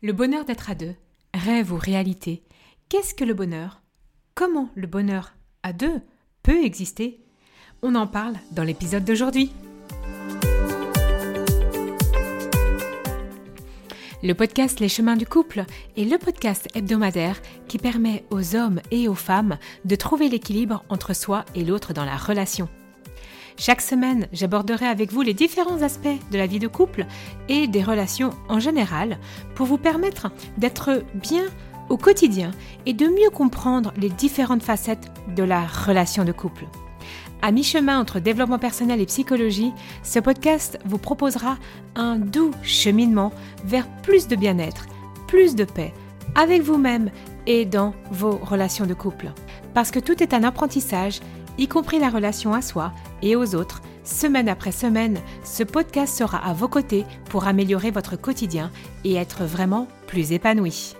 Le bonheur d'être à deux, rêve ou réalité, qu'est-ce que le bonheur? Comment le bonheur à deux peut exister? On en parle dans l'épisode d'aujourd'hui. Le podcast Les Chemins du Couple est le podcast hebdomadaire qui permet aux hommes et aux femmes de trouver l'équilibre entre soi et l'autre dans la relation. Chaque semaine, j'aborderai avec vous les différents aspects de la vie de couple et des relations en général pour vous permettre d'être bien au quotidien et de mieux comprendre les différentes facettes de la relation de couple. À mi-chemin entre développement personnel et psychologie, ce podcast vous proposera un doux cheminement vers plus de bien-être, plus de paix, avec vous-même et dans vos relations de couple. Parce que tout est un apprentissage, y compris la relation à soi et aux autres, semaine après semaine, ce podcast sera à vos côtés pour améliorer votre quotidien et être vraiment plus épanoui.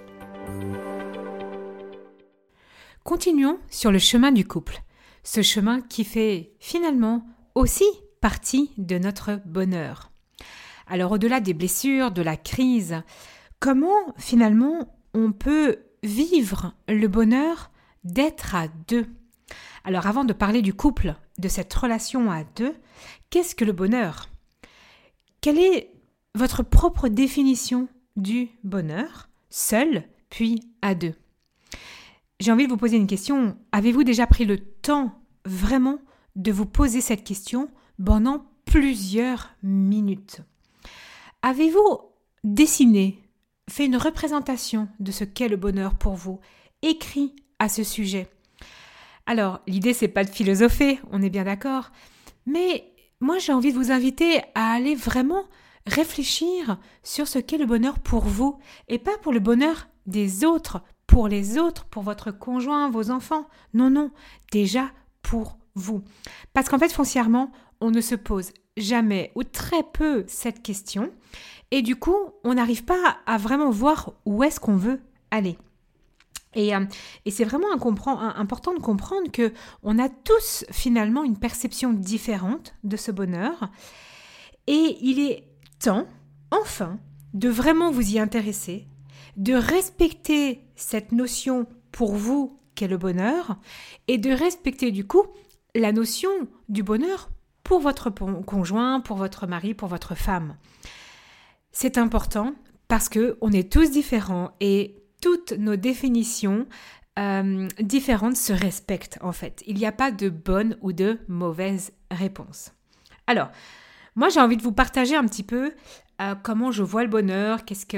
Continuons sur le chemin du couple, ce chemin qui fait finalement aussi partie de notre bonheur. Alors au-delà des blessures, de la crise, comment finalement on peut vivre le bonheur d'être à deux ? Alors avant de parler du couple, de cette relation à deux, qu'est-ce que le bonheur ? Quelle est votre propre définition du bonheur, seul puis à deux ? J'ai envie de vous poser une question. Avez-vous déjà pris le temps vraiment de vous poser cette question pendant plusieurs minutes ? Avez-vous dessiné, fait une représentation de ce qu'est le bonheur pour vous, écrit à ce sujet ? Alors, l'idée, c'est pas de philosopher, on est bien d'accord, mais moi, j'ai envie de vous inviter à aller vraiment réfléchir sur ce qu'est le bonheur pour vous, et pas pour le bonheur des autres, pour les autres, pour votre conjoint, vos enfants. Non, déjà pour vous. Parce qu'en fait, foncièrement, on ne se pose jamais ou très peu cette question, et du coup, on n'arrive pas à vraiment voir où est-ce qu'on veut aller. Et c'est vraiment important de comprendre qu'on a tous finalement une perception différente de ce bonheur. Et il est temps, enfin, de vraiment vous y intéresser, de respecter cette notion pour vous qu'est le bonheur et de respecter du coup la notion du bonheur pour votre conjoint, pour votre mari, pour votre femme. C'est important parce qu'on est tous différents et toutes nos définitions différentes se respectent en fait. Il n'y a pas de bonne ou de mauvaise réponse. Alors, moi j'ai envie de vous partager un petit peu comment je vois le bonheur,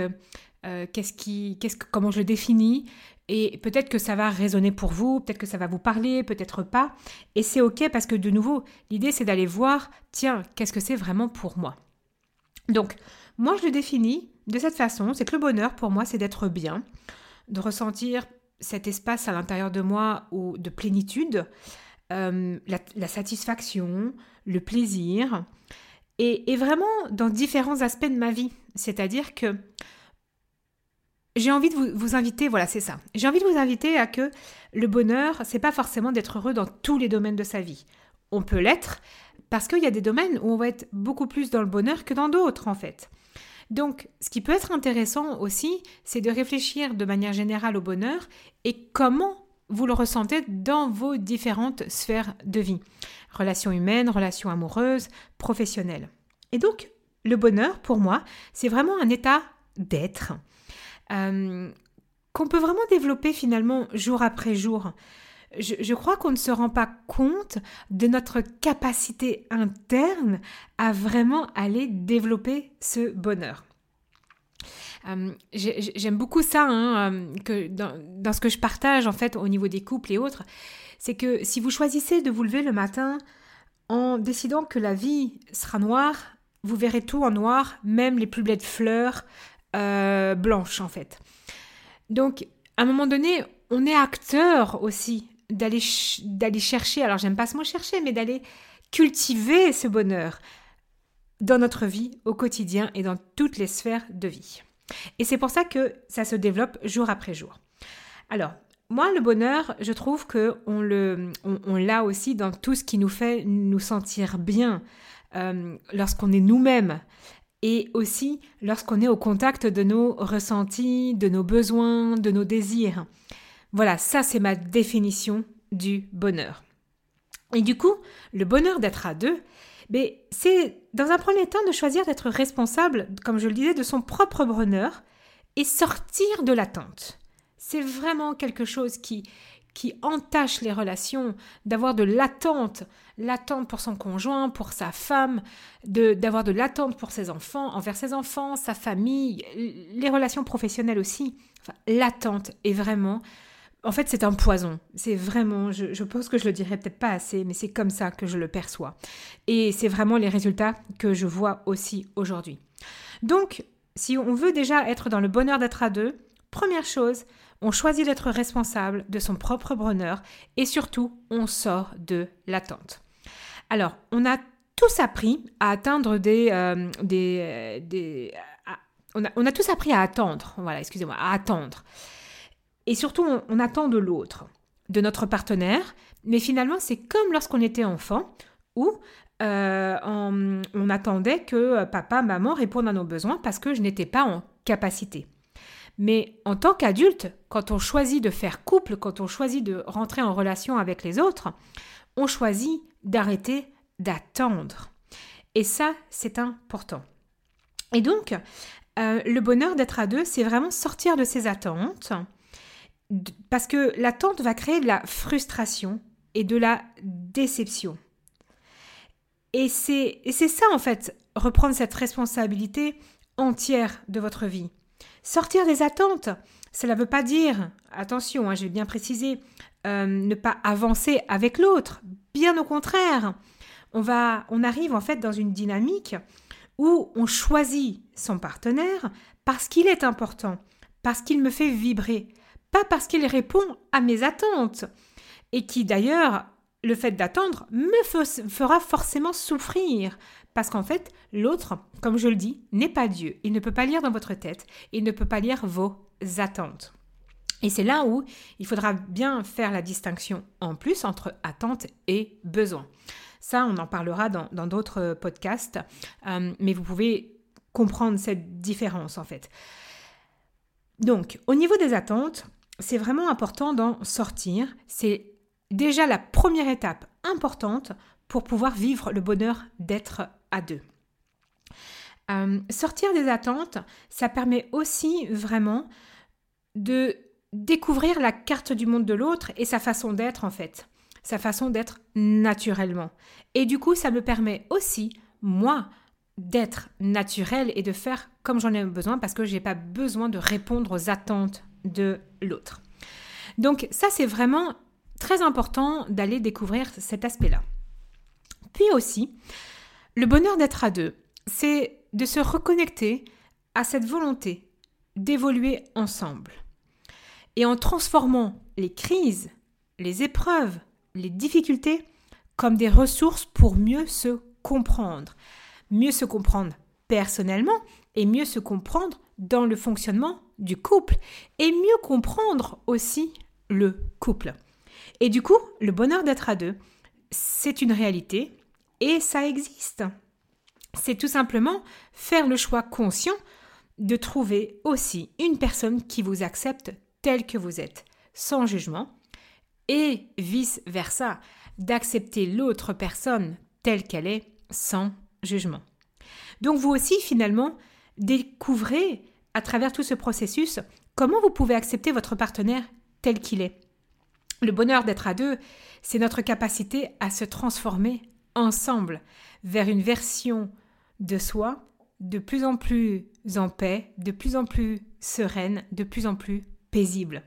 comment je le définis, et peut-être que ça va résonner pour vous, peut-être que ça va vous parler, peut-être pas. Et c'est ok parce que de nouveau, l'idée c'est d'aller voir, tiens, qu'est-ce que c'est vraiment pour moi ? Donc, moi je le définis de cette façon, c'est que le bonheur pour moi c'est d'être bien, de ressentir cet espace à l'intérieur de moi ou de plénitude, la satisfaction, le plaisir, et vraiment dans différents aspects de ma vie. C'est-à-dire que j'ai envie de vous inviter, voilà c'est ça, j'ai envie de vous inviter à que le bonheur, c'est pas forcément d'être heureux dans tous les domaines de sa vie. On peut l'être parce qu'il y a des domaines où on va être beaucoup plus dans le bonheur que dans d'autres en fait. Donc, ce qui peut être intéressant aussi, c'est de réfléchir de manière générale au bonheur et comment vous le ressentez dans vos différentes sphères de vie. Relations humaines, relations amoureuses, professionnelles. Et donc, le bonheur, pour moi, c'est vraiment un état d'être qu'on peut vraiment développer finalement jour après jour. Je crois qu'on ne se rend pas compte de notre capacité interne à vraiment aller développer ce bonheur. J'aime beaucoup ça que dans ce que je partage en fait au niveau des couples et autres, c'est que si vous choisissez de vous lever le matin en décidant que la vie sera noire, vous verrez tout en noir, même les plus belles fleurs blanches en fait. Donc à un moment donné, on est acteur aussi d'aller chercher, alors j'aime pas ce mot chercher, mais d'aller cultiver ce bonheur dans notre vie, au quotidien et dans toutes les sphères de vie. Et c'est pour ça que ça se développe jour après jour. Alors, moi, le bonheur, je trouve qu'on l'a aussi dans tout ce qui nous fait nous sentir bien lorsqu'on est nous-mêmes. et aussi lorsqu'on est au contact de nos ressentis, de nos besoins, de nos désirs. Voilà, ça c'est ma définition du bonheur. Et du coup, le bonheur d'être à deux, c'est dans un premier temps de choisir d'être responsable, comme je le disais, de son propre bonheur et sortir de l'attente. C'est vraiment quelque chose qui entache les relations, d'avoir de l'attente pour son conjoint, pour sa femme, d'avoir de l'attente pour ses enfants, envers ses enfants, sa famille, les relations professionnelles aussi. Enfin, l'attente est vraiment... En fait, c'est un poison. C'est vraiment, je pense que je le dirais peut-être pas assez, mais c'est comme ça que je le perçois. Et c'est vraiment les résultats que je vois aussi aujourd'hui. Donc, si on veut déjà être dans le bonheur d'être à deux, première chose, on choisit d'être responsable de son propre bonheur et surtout, on sort de l'attente. Alors, on a tous appris à atteindre on a tous appris à attendre. Voilà, excusez-moi, à attendre. Et surtout, on attend de l'autre, de notre partenaire. Mais finalement, c'est comme lorsqu'on était enfant où on attendait que papa, maman répondent à nos besoins parce que je n'étais pas en capacité. Mais en tant qu'adulte, quand on choisit de faire couple, quand on choisit de rentrer en relation avec les autres, on choisit d'arrêter d'attendre. Et ça, c'est important. Et donc, le bonheur d'être à deux, c'est vraiment sortir de ces attentes. Parce que l'attente va créer de la frustration et de la déception. Et c'est ça, en fait, reprendre cette responsabilité entière de votre vie. Sortir des attentes, cela ne veut pas dire, attention, je vais bien préciser, ne pas avancer avec l'autre. Bien au contraire, on arrive en fait dans une dynamique où on choisit son partenaire parce qu'il est important, parce qu'il me fait vibrer, pas parce qu'il répond à mes attentes. Et qui d'ailleurs, le fait d'attendre me fera forcément souffrir. Parce qu'en fait, l'autre, comme je le dis, n'est pas Dieu. Il ne peut pas lire dans votre tête. Il ne peut pas lire vos attentes. Et c'est là où il faudra bien faire la distinction en plus entre attente et besoin. Ça, on en parlera dans d'autres podcasts. Mais vous pouvez comprendre cette différence en fait. Donc, au niveau des attentes, c'est vraiment important d'en sortir. C'est déjà la première étape importante pour pouvoir vivre le bonheur d'être à deux. Sortir des attentes, ça permet aussi vraiment de découvrir la carte du monde de l'autre et sa façon d'être en fait. Sa façon d'être naturellement. Et du coup, ça me permet aussi, moi, d'être naturelle et de faire comme j'en ai besoin parce que je n'ai pas besoin de répondre aux attentes de l'autre. Donc ça, c'est vraiment très important d'aller découvrir cet aspect-là. Puis aussi, le bonheur d'être à deux, c'est de se reconnecter à cette volonté d'évoluer ensemble. Et en transformant les crises, les épreuves, les difficultés comme des ressources pour mieux se comprendre. Mieux se comprendre personnellement et mieux se comprendre dans le fonctionnement du couple et mieux comprendre aussi le couple. Et du coup, le bonheur d'être à deux, c'est une réalité et ça existe. C'est tout simplement faire le choix conscient de trouver aussi une personne qui vous accepte tel que vous êtes, sans jugement, et vice-versa, d'accepter l'autre personne telle qu'elle est, sans jugement. Donc vous aussi, finalement, découvrez à travers tout ce processus comment vous pouvez accepter votre partenaire tel qu'il est. Le bonheur d'être à deux, c'est notre capacité à se transformer ensemble vers une version de soi de plus en plus en paix, de plus en plus sereine, de plus en plus paisible.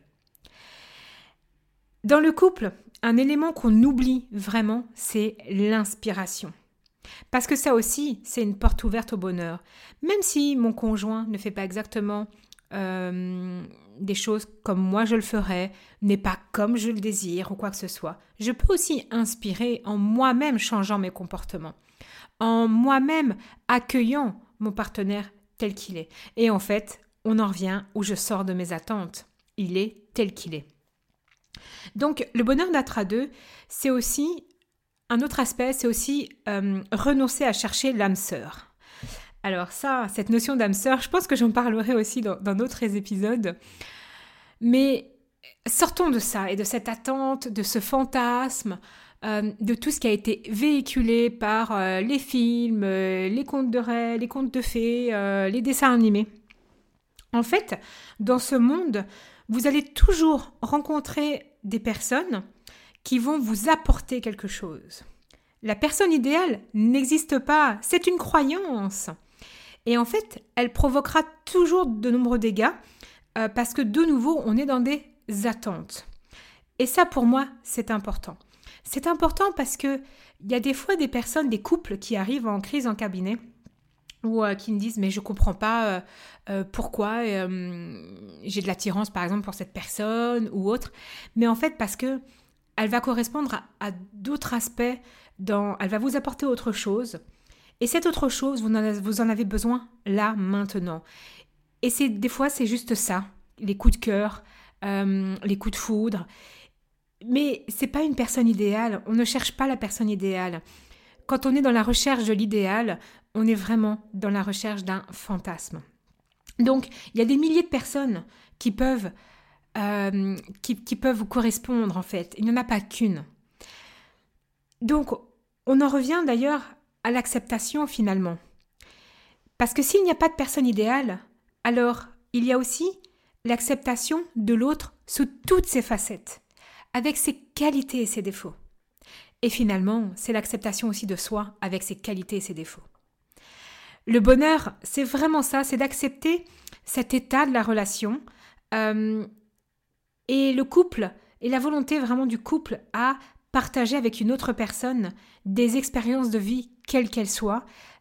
Dans le couple, un élément qu'on oublie vraiment, c'est l'inspiration. Parce que ça aussi, c'est une porte ouverte au bonheur. Même si mon conjoint ne fait pas exactement des choses comme moi je le ferais, n'est pas comme je le désire ou quoi que ce soit, je peux aussi inspirer en moi-même changeant mes comportements, en moi-même accueillant mon partenaire tel qu'il est. Et en fait, on en revient où je sors de mes attentes. Il est tel qu'il est. Donc, le bonheur d'être à deux, c'est aussi un autre aspect, c'est aussi renoncer à chercher l'âme sœur. Alors ça, cette notion d'âme sœur, je pense que j'en parlerai aussi dans d'autres épisodes. Mais sortons de ça et de cette attente, de ce fantasme, de tout ce qui a été véhiculé par les films, les contes de rêves, les contes de fées, les dessins animés. En fait, dans ce monde, vous allez toujours rencontrer des personnes qui vont vous apporter quelque chose. La personne idéale n'existe pas, c'est une croyance. Et en fait, elle provoquera toujours de nombreux dégâts parce que de nouveau, on est dans des attentes. Et ça, pour moi, c'est important. C'est important parce qu'il y a des fois des personnes, des couples qui arrivent en crise en cabinet ou qui me disent « mais je ne comprends pas pourquoi j'ai de l'attirance par exemple pour cette personne ou autre ». Mais en fait, parce que elle va correspondre à d'autres aspects, elle va vous apporter autre chose. Et cette autre chose, vous en avez besoin là, maintenant. Et des fois, c'est juste ça, les coups de cœur, les coups de foudre. Mais c'est pas une personne idéale, on ne cherche pas la personne idéale. Quand on est dans la recherche de l'idéal, on est vraiment dans la recherche d'un fantasme. Donc, il y a des milliers de personnes qui peuvent vous correspondre en fait. Il n'y en a pas qu'une. Donc, on en revient d'ailleurs à l'acceptation finalement. Parce que s'il n'y a pas de personne idéale, alors il y a aussi l'acceptation de l'autre sous toutes ses facettes, avec ses qualités et ses défauts. Et finalement, c'est l'acceptation aussi de soi avec ses qualités et ses défauts. Le bonheur, c'est vraiment ça, c'est d'accepter cet état de la relation et le couple, et la volonté vraiment du couple à partager avec une autre personne des expériences de vie, quelles qu'elles soient,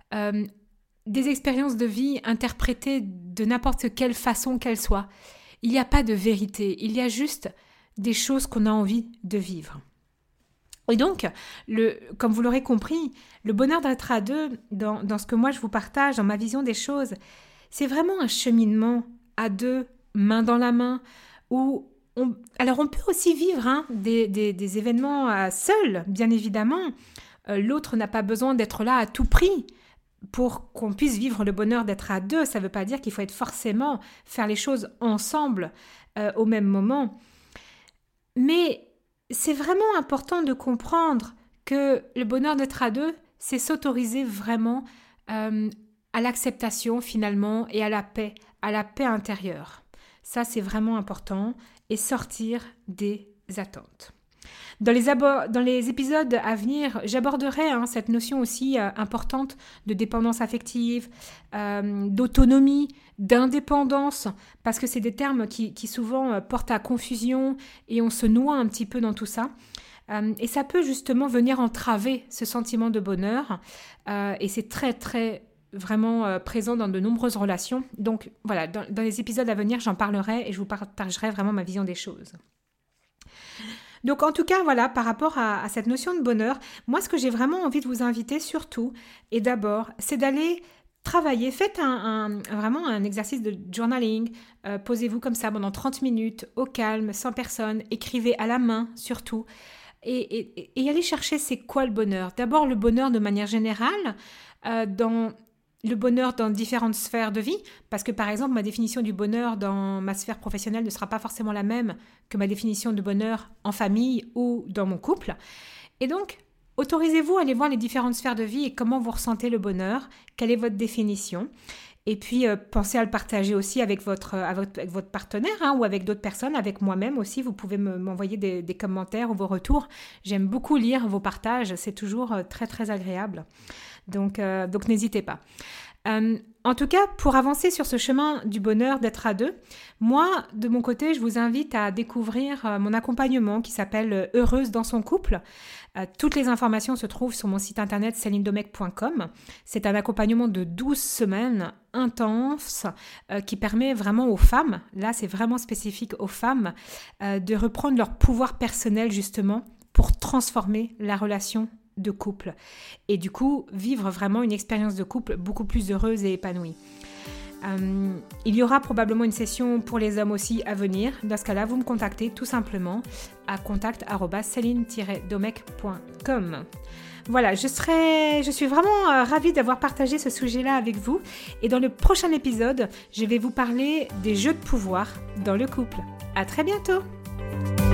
des expériences de vie interprétées de n'importe quelle façon qu'elles soient. Il n'y a pas de vérité, il y a juste des choses qu'on a envie de vivre. Et donc, comme vous l'aurez compris, le bonheur d'être à deux, dans ce que moi je vous partage, dans ma vision des choses, c'est vraiment un cheminement à deux, main dans la main, où alors on peut aussi vivre des événements seuls, bien évidemment. L'autre n'a pas besoin d'être là à tout prix pour qu'on puisse vivre le bonheur d'être à deux. Ça ne veut pas dire qu'il faut forcément faire les choses ensemble au même moment. Mais c'est vraiment important de comprendre que le bonheur d'être à deux, c'est s'autoriser vraiment à l'acceptation finalement et à la paix intérieure. Ça, c'est vraiment important et sortir des attentes. Dans les épisodes à venir, j'aborderai cette notion aussi importante de dépendance affective, d'autonomie, d'indépendance, parce que c'est des termes qui souvent portent à confusion et on se noie un petit peu dans tout ça. Et ça peut justement venir entraver ce sentiment de bonheur et c'est très très vraiment présent dans de nombreuses relations. Donc voilà, dans les épisodes à venir, j'en parlerai et je vous partagerai vraiment ma vision des choses. Donc en tout cas, voilà, par rapport à cette notion de bonheur, moi ce que j'ai vraiment envie de vous inviter surtout, et d'abord, c'est d'aller travailler. Faites vraiment un exercice de journaling, posez-vous comme ça pendant 30 minutes, au calme, sans personne, écrivez à la main surtout, et allez chercher c'est quoi le bonheur. D'abord le bonheur de manière générale, le bonheur dans différentes sphères de vie, parce que par exemple, ma définition du bonheur dans ma sphère professionnelle ne sera pas forcément la même que ma définition de bonheur en famille ou dans mon couple. Et donc, autorisez-vous à aller voir les différentes sphères de vie et comment vous ressentez le bonheur, quelle est votre définition. Et puis, pensez à le partager aussi avec votre partenaire ou avec d'autres personnes, avec moi-même aussi. Vous pouvez m'envoyer des commentaires ou vos retours. J'aime beaucoup lire vos partages, c'est toujours très, très agréable. Donc n'hésitez pas. En tout cas, pour avancer sur ce chemin du bonheur d'être à deux, moi, de mon côté, je vous invite à découvrir mon accompagnement qui s'appelle Heureuse dans son couple. Toutes les informations se trouvent sur mon site internet celinedomecq.com. C'est un accompagnement de 12 semaines intense qui permet vraiment aux femmes, là c'est vraiment spécifique aux femmes, de reprendre leur pouvoir personnel justement pour transformer la relation de couple et du coup vivre vraiment une expérience de couple beaucoup plus heureuse et épanouie. Il y aura probablement une session pour les hommes aussi à venir. Dans ce cas-là, vous me contactez tout simplement à contact@celine-domecq.com. Voilà, je suis vraiment ravie d'avoir partagé ce sujet-là avec vous. Et dans le prochain épisode, je vais vous parler des jeux de pouvoir dans le couple. À très bientôt!